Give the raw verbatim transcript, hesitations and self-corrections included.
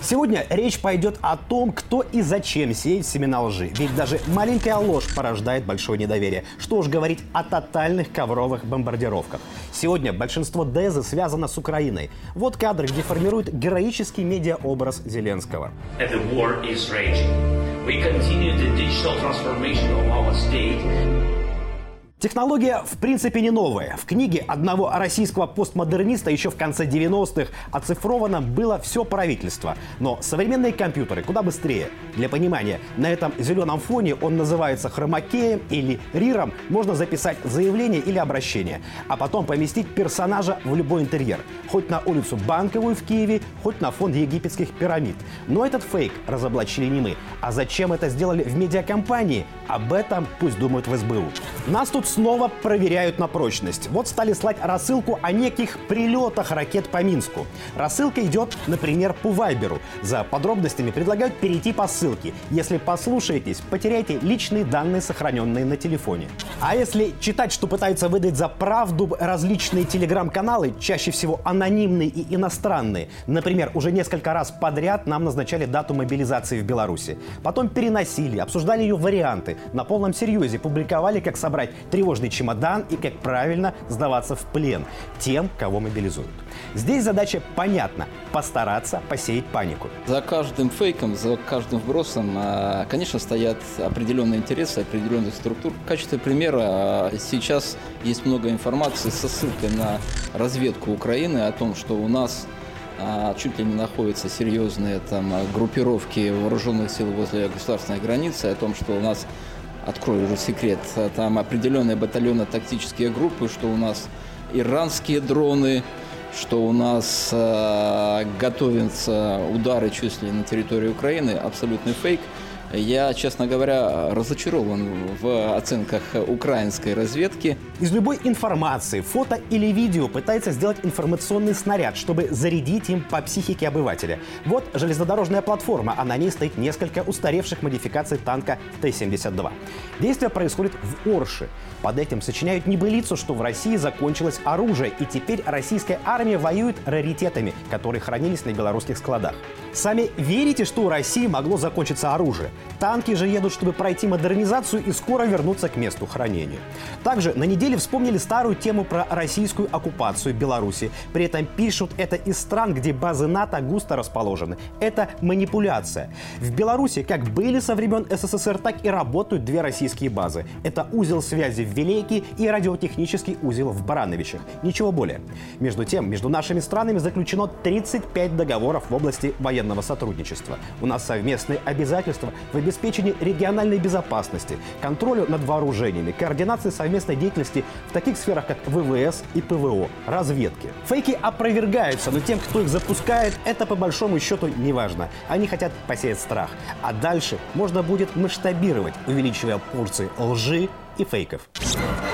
Сегодня речь пойдет о том, кто и зачем сеет семена лжи. Ведь даже маленькая ложь порождает большое недоверие. Что уж говорить о тотальных ковровых бомбардировках. Сегодня большинство ДЭЗа связано с Украиной. Вот кадры, где формируют героический медиаобраз Зеленского. Технология в принципе не новая. В книге одного российского постмодерниста еще в конце девяностых оцифровано было все правительство. Но современные компьютеры куда быстрее. Для понимания, на этом зеленом фоне он называется хромакеем или риром. Можно записать заявление или обращение, а потом поместить персонажа в любой интерьер. Хоть на улицу Банковую в Киеве, хоть на фон египетских пирамид. Но этот фейк разоблачили не мы. А зачем это сделали в медиакомпании? Об этом пусть думают в эс бэ у. Нас тут снова проверяют на прочность. Вот стали слать рассылку о неких прилетах ракет по Минску. Рассылка идет, например, по Вайберу. За подробностями предлагают перейти по ссылке. Если послушаетесь, потеряете личные данные, сохраненные на телефоне. А если читать, что пытаются выдать за правду различные телеграм-каналы, чаще всего анонимные и иностранные. Например, уже несколько раз подряд нам назначали дату мобилизации в Беларуси. Потом переносили, обсуждали ее варианты. На полном серьезе публиковали, как собрать тревожный чемодан и как правильно сдаваться в плен тем, кого мобилизуют. Здесь задача понятна – постараться посеять панику. За каждым фейком, за каждым вбросом, конечно, стоят определенные интересы определенных структур. В качестве примера сейчас есть много информации со ссылкой на разведку Украины о том, что у нас чуть ли не находятся серьезные там группировки вооруженных сил возле государственной границы, о том, что у нас, открою уже секрет, там определенные батальонно-тактические группы, что у нас иранские дроны, что у нас э, готовятся удары чуть ли на территории Украины. Абсолютный фейк. Я, честно говоря, разочарован в оценках украинской разведки. Из любой информации, фото или видео пытается сделать информационный снаряд, чтобы зарядить им по психике обывателя. Вот железнодорожная платформа, а на ней стоит несколько устаревших модификаций танка Т семьдесят два. Действие происходит в Орше. Под этим сочиняют небылицу, что в России закончилось оружие, и теперь российская армия воюет раритетами, которые хранились на белорусских складах. Сами верите, что у России могло закончиться оружие? Танки же едут, чтобы пройти модернизацию и скоро вернуться к месту хранения. Также на неделе вспомнили старую тему про российскую оккупацию Беларуси. При этом пишут это из стран, где базы НАТО густо расположены. Это манипуляция. В Беларуси как были со времен эс эс эс эр, так и работают две российские базы. Это узел связи в Вилеке и радиотехнический узел в Барановичах. Ничего более. Между тем, между нашими странами заключено тридцать пять договоров в области военного сотрудничества. У нас совместные обязательства в обеспечении региональной безопасности, контролю над вооружениями, координации совместной деятельности в таких сферах, как вэ вэ эс и пэ вэ о, разведки. Фейки опровергаются, но тем, кто их запускает, это по большому счету не важно. Они хотят посеять страх. А дальше можно будет масштабировать, увеличивая порции лжи и фейков.